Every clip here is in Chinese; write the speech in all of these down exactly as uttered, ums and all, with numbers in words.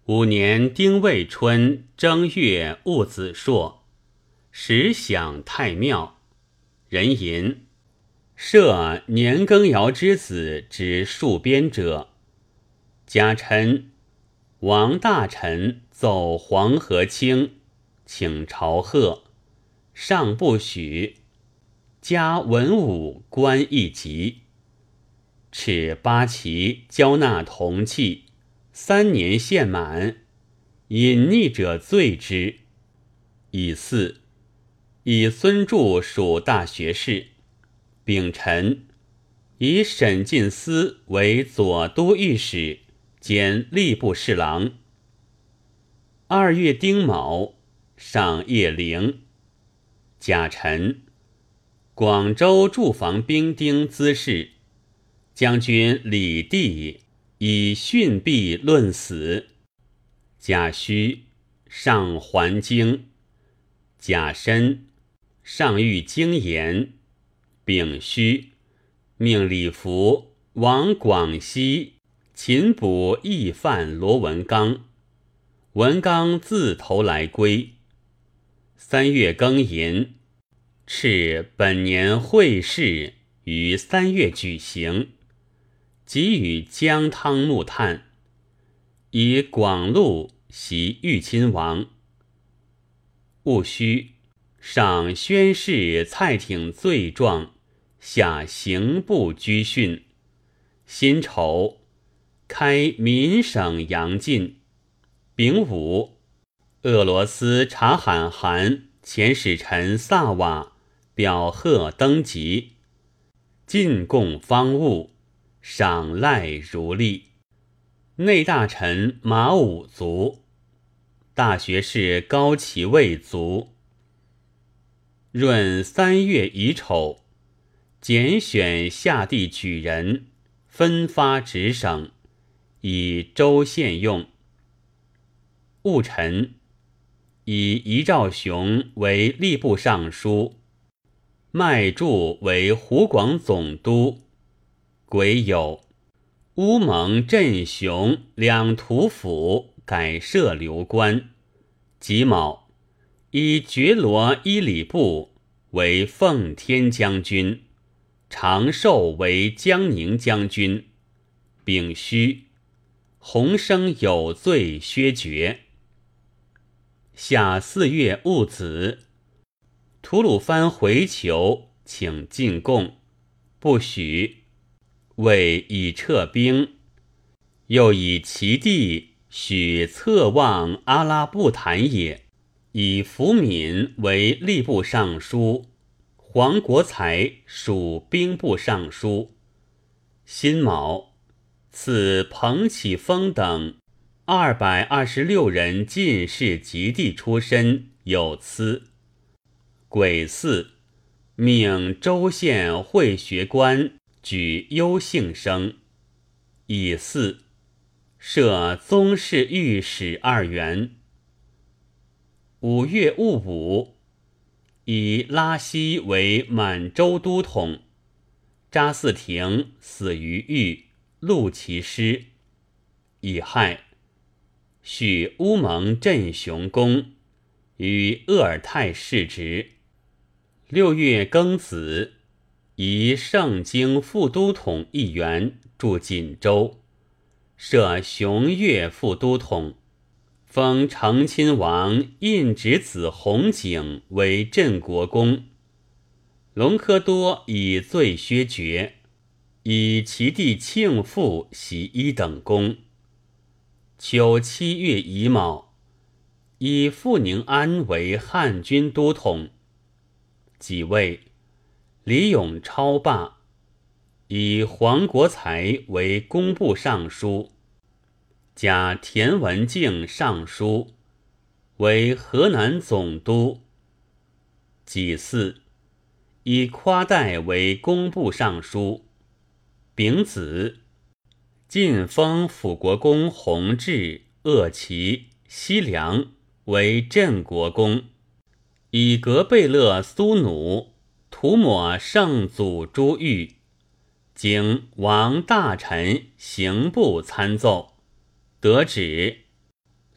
五年丁未春正月戊子朔，时享太庙。人吟：设年羹尧之子之戍边者。贾臣、王大臣奏黄河清，请朝贺，上不许。加文武官一级，敕八旗交纳铜器，三年限满，隐匿者罪之。以四，以孙柱属大学士。丙辰，以沈进思为左都御史兼吏部侍郎。二月丁卯，上夜陵。甲辰，广州驻防兵丁滋事，将军李第以训弊论死。甲戌，上还京。甲申，上谕京言。丙戌，命李福往广西擒捕义犯罗文刚，文刚自投来归。三月庚寅，敕本年会试于三月举行，即与姜汤木炭，以广禄袭豫亲王。戊戌，上宣示蔡挺罪状，下刑部拘训。辛丑，开闽省阳晋。丙午，俄罗斯察罕汗前使臣萨瓦表贺登基，进贡方物，赏赖如例。内大臣马武卒，大学士高齐卫卒。闰三月乙丑，拣选下地举人，分发直省，以州县用。戊辰，以遗兆雄为吏部尚书，麦柱为湖广总督。癸酉，乌蒙、镇雄两图府改设流官。己卯，以觉罗伊里部为奉天将军，长寿为江宁将军。丙戌，洪生有罪削爵。夏四月戊子，吐鲁番回求，请进贡，不许，谓已撤兵。又以其弟许侧望阿拉布坦也，以福敏为吏部尚书，黄国才属兵部尚书。辛卯，赐彭启丰等二百二十六人进士及第出身，有赐。癸巳，命州县会学官举优幸生。乙巳，设宗室御史二员。五月戊午，以拉稀为满洲都统。查嗣庭死于狱，戮其尸。乙亥，许乌蒙镇雄公，与鄂尔泰世职。六月庚子，以盛京副都统一员驻锦州，设雄越副都统，封成亲王胤侄子弘景为镇国公。隆科多以罪削爵，以其弟庆父袭一等功。秋七月乙卯，以傅宁安为汉军都统。己未，李永超罢，以黄国才为工部尚书，加田文镜尚书，为河南总督。己巳，以夸代为工部尚书。丙子，晋封辅国公弘治、鄂齐、西凉为镇国公，以格贝勒苏努涂抹圣祖珠玉，经王大臣刑部参奏，得旨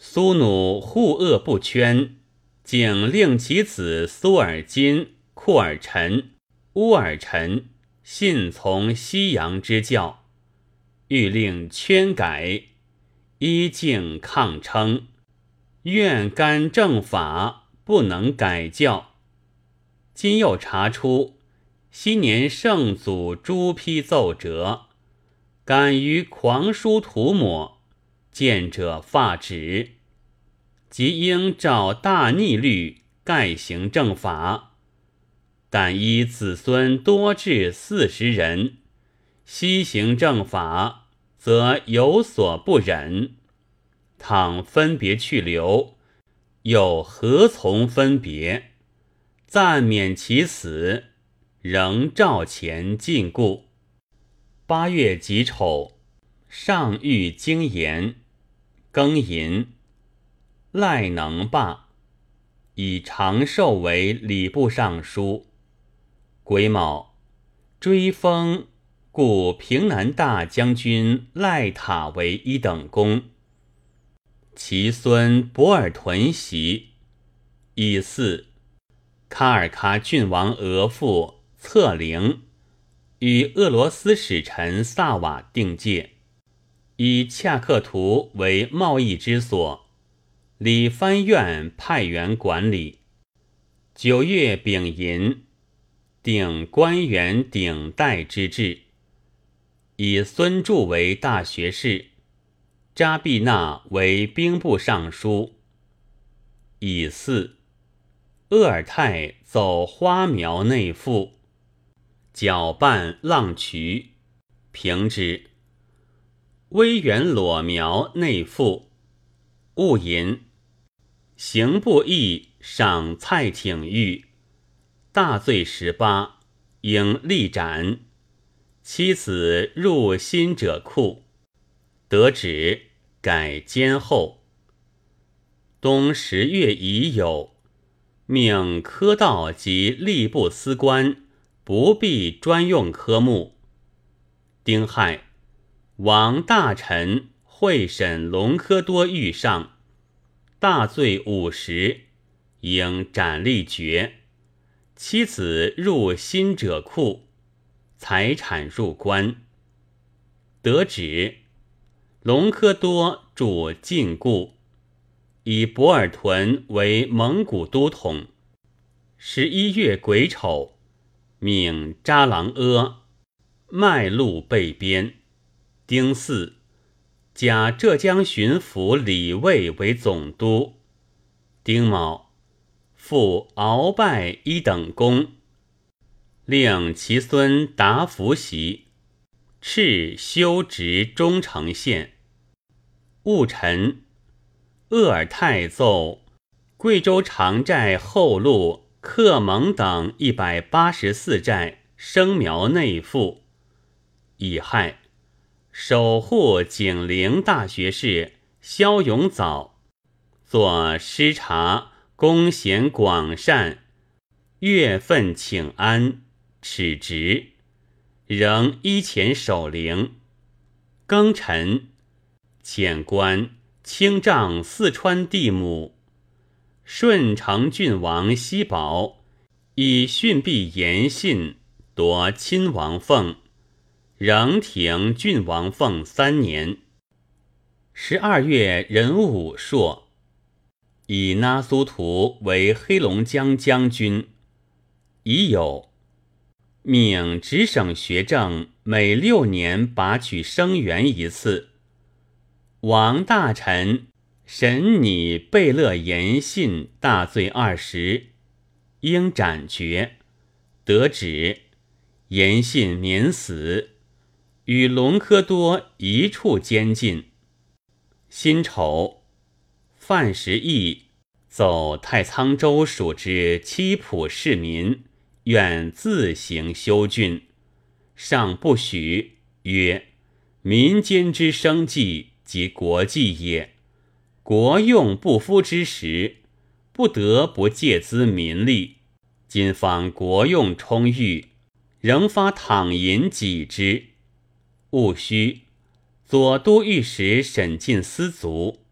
苏努护恶不圈，竟令其子苏尔金、库尔臣、乌尔臣信从西洋之教，欲令圈改，依敬抗称，愿干正法，不能改教。今又查出昔年圣祖朱批奏折，敢于狂书涂抹，见者发指，即应照大逆律盖行正法。但依子孙多至四十人，悉行正法，则有所不忍。倘分别去留，又何从分别？暂免其死，仍照前禁锢。八月己丑，上谕经言，庚寅，赖能罢，以长寿为礼部尚书。癸卯，追封故平南大将军赖塔为一等功。其孙博尔屯袭。乙巳，卡尔喀郡王额驸策凌与俄罗斯使臣萨瓦定界，以恰克图为贸易之所，理藩院派员管理。九月丙寅，定官员顶戴之制，以孙柱为大学士，扎必纳为兵部尚书。乙巳，鄂尔泰奏花苗内附，搅拌浪渠，平之。威远裸苗内附，戊寅，刑部议赏蔡挺狱，大罪十八，应立斩。妻子入新者库，得旨改监后。冬十月乙酉，命科道及吏部司官不必专用科目。丁亥，王大臣会审隆科多狱上，大罪五十，应斩立决。妻子入新者库，财产入关。得旨，隆科多驻禁锢，以博尔屯为蒙古都统。十一月癸丑，命扎郎阿麦路被边。丁巳，假浙江巡抚李卫为总督。丁卯，复鳌拜一等功，令其孙达福袭，敕修职中丞县。戊辰，鄂尔泰奏贵州长寨后路克蒙等一百八十四寨生苗内附。乙亥，守护景陵大学士萧永藻作师察公贤广善，月份请安，耻职，仍依前守陵。庚辰，遣官清丈四川地母。顺承郡王西宝以训弼严信，夺亲王凤，仍停郡王凤三年。十二月壬午朔，以那苏图为黑龙江将军。乙酉，命直省学政每六年拔取生员一次。王大臣审拟贝勒严信大罪二十，应斩决。得旨，严信免死，与隆科多一处监禁。辛丑，范时义奏太仓州属之七浦市民，愿自行修郡，上不许，曰：民间之生计及国计也，国用不敷之时，不得不借资民力。今方国用充裕，仍发躺银给之。戊戌，左都御史审进司卒，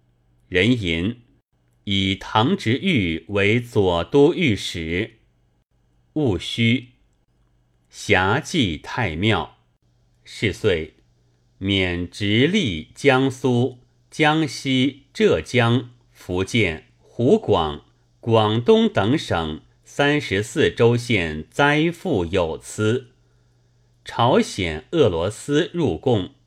人吟，以唐直玉为左都御史。戊戌，辖祭太庙。是岁，免直隶、江苏、江西、浙江、福建、湖广、广东等省三十四州县灾赋有疵。朝鲜、俄罗斯入贡。